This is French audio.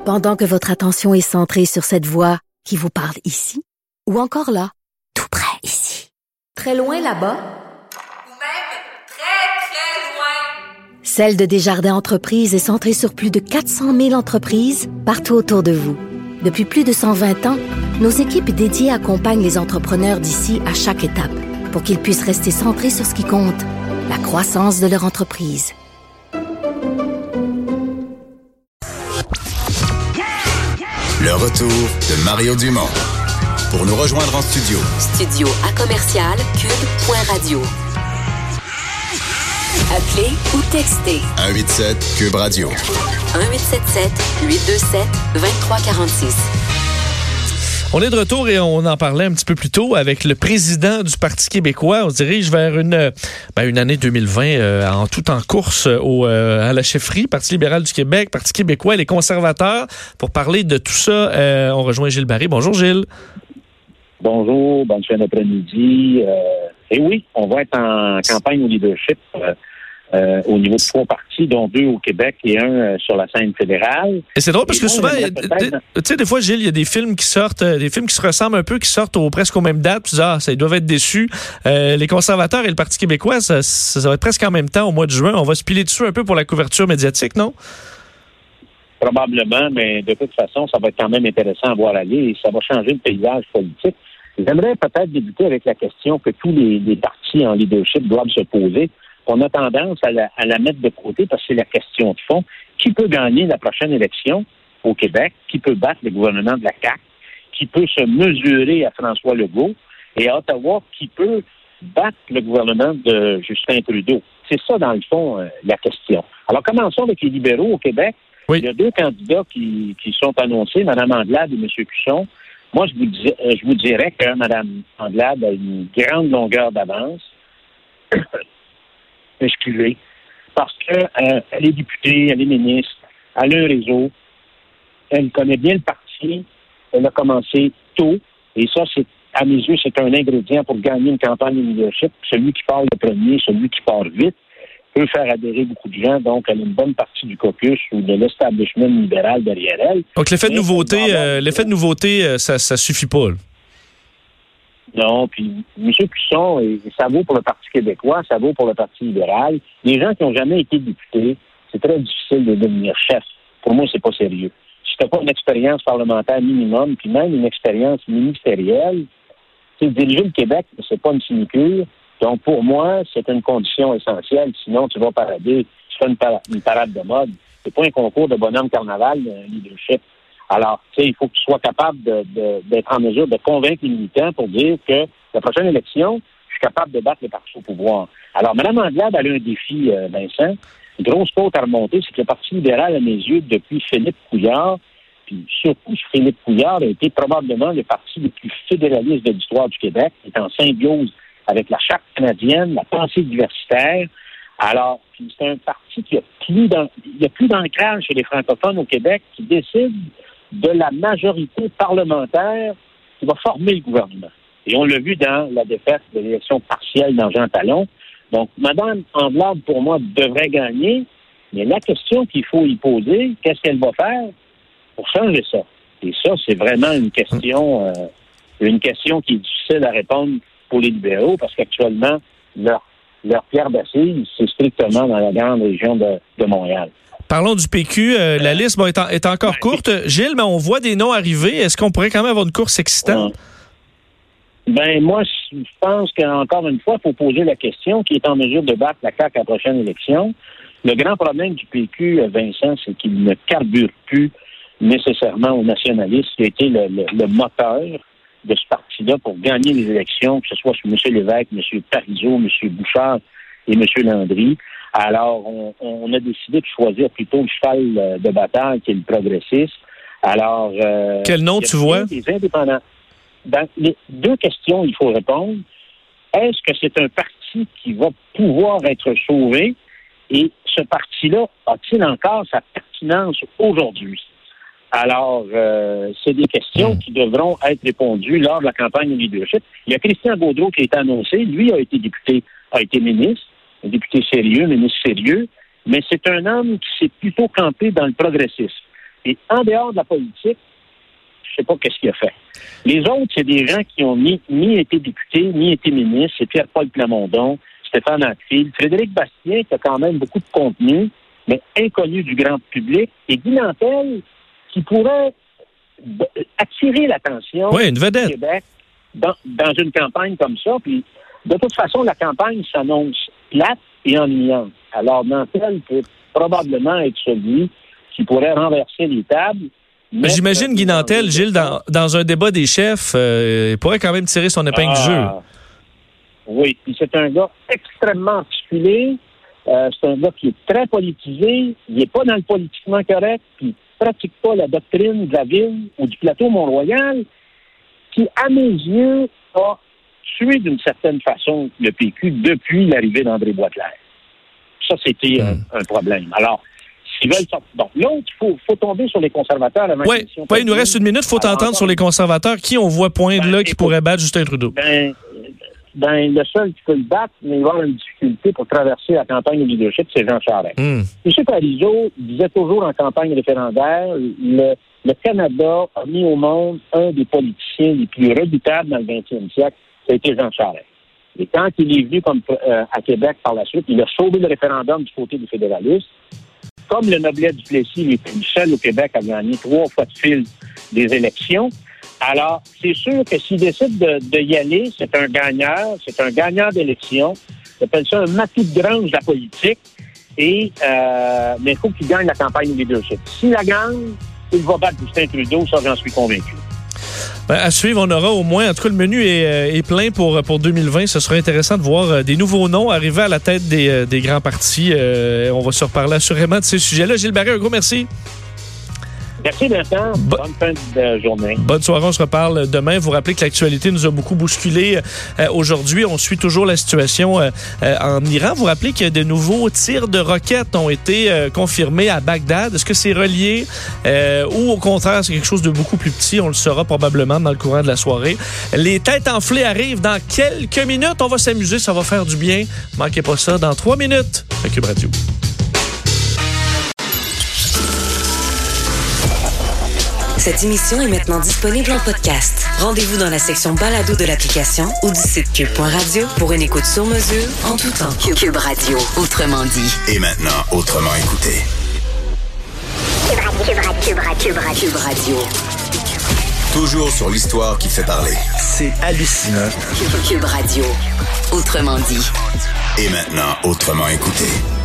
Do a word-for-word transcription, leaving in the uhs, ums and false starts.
Pendant que votre attention est centrée sur cette voix qui vous parle ici, ou encore là, tout près ici, très loin là-bas, ou même très, très loin, Celle de Desjardins Entreprises est centrée sur plus de quatre cent mille entreprises partout autour de vous. Depuis plus de cent vingt ans, nos équipes dédiées accompagnent les entrepreneurs d'ici à chaque étape pour qu'ils puissent rester centrés sur ce qui compte, la croissance de leur entreprise. Le retour de Mario Dumont. Pour nous rejoindre en studio. Studio à commercial cube point radio. Appelez ou textez. un huit sept Cube Radio. un huit sept sept huit deux sept deux trois quatre six. On est de retour et on en parlait un petit peu plus tôt avec le président du Parti québécois. On se dirige vers une, ben une année deux mille vingt euh, en tout en course au, euh, à la chefferie, Parti libéral du Québec, Parti québécois et les conservateurs. Pour parler de tout ça, euh, on rejoint Gilles Barré. Bonjour Gilles. Bonjour, bonne fin d'après-midi. Euh, et oui, on va être en campagne au leadership euh, euh, au niveau de trois partis, dont deux au Québec et un euh, sur la scène fédérale. Et c'est drôle parce et que moi, souvent, tu sais, des fois, Gilles, il y a des films qui sortent, des films qui se ressemblent un peu, qui sortent au, presque aux mêmes dates. Tu dis, ah, ça, ils doivent être déçus. Euh, les conservateurs et le Parti québécois, ça, ça, ça va être presque en même temps au mois de juin. On va se piler dessus un peu pour la couverture médiatique, non? Probablement, mais de toute façon, ça va être quand même intéressant à voir aller et ça va changer le paysage politique. J'aimerais peut-être débuter avec la question que tous les, les partis en leadership doivent se poser. On a tendance à la, à la mettre de côté parce que c'est la question de fond. Qui peut gagner la prochaine élection au Québec? Qui peut battre le gouvernement de la C A Q? Qui peut se mesurer à François Legault? Et à Ottawa, qui peut battre le gouvernement de Justin Trudeau? C'est ça, dans le fond, euh, la question. Alors, commençons avec les libéraux au Québec. Oui. Il y a deux candidats qui, qui sont annoncés, Mme Anglade et M. Cusson. Moi, je vous, dis, euh, je vous dirais que Mme Anglade a une grande longueur d'avance. Excusez. Parce qu'elle euh, est députée, elle est ministre, elle a un réseau, elle connaît bien le parti, elle a commencé tôt, et ça, c'est à mes yeux, c'est un ingrédient pour gagner une campagne de leadership. Celui qui parle le premier, celui qui part vite, peut faire adhérer beaucoup de gens, donc elle a une bonne partie du caucus ou de l'establishment libéral derrière elle. Donc l'effet de nouveauté, euh, l'effet de nouveauté, euh, ça, ça suffit pas, là. Non, puis M. Cusson, et ça vaut pour le Parti québécois, ça vaut pour le Parti libéral. Les gens qui n'ont jamais été députés, c'est très difficile de devenir chef. Pour moi, c'est pas sérieux. Si tu n'as pas une expérience parlementaire minimum, puis même une expérience ministérielle, tu sais, diriger le Québec, c'est pas une sinecure. Donc, pour moi, c'est une condition essentielle. Sinon, tu vas parader, tu fais une, para- une parade de mode. C'est pas un concours de bonhomme carnaval, un leadership. Alors, tu sais, il faut que tu sois capable de, de, d'être en mesure de convaincre les militants pour dire que la prochaine élection, je suis capable de battre le parti au pouvoir. Alors, Mme Anglade, elle a un défi, euh, Vincent. Une grosse côte à remonter, c'est que le Parti libéral, à mes yeux, depuis Philippe Couillard, puis surtout Philippe Couillard, a été probablement le parti le plus fédéraliste de l'histoire du Québec, est en symbiose avec la Charte canadienne, la pensée diversitaire. Alors, puis c'est un parti qui a plus d'an- il y a plus d'ancrage chez les francophones au Québec, qui décide de la majorité parlementaire qui va former le gouvernement. Et on l'a vu dans la défaite de l'élection partielle dans Jean Talon. Donc, Mme Anglade, pour moi, devrait gagner, mais la question qu'il faut y poser, qu'est-ce qu'elle va faire pour changer ça? Et ça, c'est vraiment une question, euh, une question qui est difficile à répondre pour les libéraux, parce qu'actuellement, leur, leur pierre d'assise, c'est strictement dans la grande région de, de Montréal. Parlons du P Q. Euh, la liste bon, est, en, est encore courte. Gilles, mais on voit des noms arriver. Est-ce qu'on pourrait quand même avoir une course excitante? Ben moi, je pense qu'encore une fois, il faut poser la question qui est en mesure de battre la C A Q à la prochaine élection. Le grand problème du P Q, Vincent, c'est qu'il ne carbure plus nécessairement au nationalisme, qui a été le, le, le moteur de ce parti-là pour gagner les élections, que ce soit sur M. Lévesque, M. Parizeau, M. Bouchard et M. Landry. Alors, on, on a décidé de choisir plutôt le cheval de bataille qui est le progressiste. Alors, euh, quel nom tu vois? Les indépendants. Dans les deux questions, il faut répondre. Est-ce que c'est un parti qui va pouvoir être sauvé? Et ce parti-là a-t-il encore sa pertinence aujourd'hui? Alors, euh, c'est des questions qui devront être répondues lors de la campagne de leadership. Il y a Christian Gaudreault qui a été annoncé. Lui a été député, a été ministre, un député sérieux, ministre sérieux, mais c'est un homme qui s'est plutôt campé dans le progressisme. Et en dehors de la politique, je sais pas qu'est-ce qu'il a fait. Les autres, c'est des gens qui ont ni, ni été députés, ni été ministres. C'est Pierre-Paul Plamondon, Stéphane Anquetil, Frédéric Bastien, qui a quand même beaucoup de contenu, mais inconnu du grand public, et Guy Nantel, qui pourrait attirer l'attention oui, une vedette. du Québec dans, dans une campagne comme ça. Puis, de toute façon, la campagne s'annonce plate et ennuyante. Alors, Nantel peut probablement être celui qui pourrait renverser les tables. Mais j'imagine Guy Nantel, Gilles, dans, dans un débat des chefs, euh, il pourrait quand même tirer son épingle ah, du jeu. Oui, puis c'est un gars extrêmement articulé. Euh, c'est un gars qui est très politisé. Il n'est pas dans le politiquement correct, puis il ne pratique pas la doctrine de la ville ou du plateau Mont-Royal, qui, à mes yeux, a tué d'une certaine façon le P Q depuis l'arrivée d'André Boisclair. Ça, c'était mmh. un, un problème. Alors, s'ils veulent sortir. Donc, l'autre, il faut, faut tomber sur les conservateurs. Oui, ouais, il nous reste une minute. Il faut t'entendre sur les conservateurs. Qui on voit poindre ben, là qui écoute, pourrait battre Justin Trudeau? Ben, ben, le seul qui peut le battre, mais il va avoir une difficulté pour traverser la campagne de leadership, c'est Jean Charest. Mm. M. Parizeau disait toujours en campagne référendaire, le, le Canada a mis au monde un des politiciens les plus redoutables dans le vingtième siècle, ça a été Jean Charest. Et quand il est venu comme, euh, à Québec par la suite, il a sauvé le référendum du côté des fédéralistes. Comme le Noblet du Plessis, il était le seul au Québec à gagner trois fois de fil des élections. Alors, c'est sûr que s'il décide de, de y aller, c'est un gagnant, c'est un gagnant d'élection. On appelle ça un matou de grange de la politique. Et, euh, mais il faut qu'il gagne la campagne de leadership. S'il la gagne, il va battre Justin Trudeau, ça j'en suis convaincu. Ben, à suivre, on aura au moins, en tout cas le menu est, est plein pour, pour deux mille vingt. Ce sera intéressant de voir des nouveaux noms arriver à la tête des, des grands partis. Euh, on va se reparler assurément de ces sujets-là. Gilles Barré, un gros merci. Merci Vincent. Bo- Bonne fin de journée. Bonne soirée, on se reparle demain. Vous rappelez que l'actualité nous a beaucoup bousculé euh, aujourd'hui. On suit toujours la situation euh, euh, en Iran. Vous rappelez que de nouveaux tirs de roquettes ont été euh, confirmés à Bagdad. Est-ce que c'est relié euh, ou au contraire c'est quelque chose de beaucoup plus petit? On le saura probablement dans le courant de la soirée. Les têtes enflées arrivent dans quelques minutes. On va s'amuser, ça va faire du bien. Manquez pas ça dans trois minutes. À Cube Radio. Cette émission est maintenant disponible en podcast. Rendez-vous dans la section balado de l'application ou du site cube point radio pour une écoute sur mesure en tout temps. Cube Radio, autrement dit. Et maintenant, autrement écouté. Cube Radio, Cube Radio, Cube Radio, Cube Radio. Toujours sur l'histoire qui fait parler. C'est hallucinant. Cube Radio, autrement dit. Et maintenant, autrement écouté.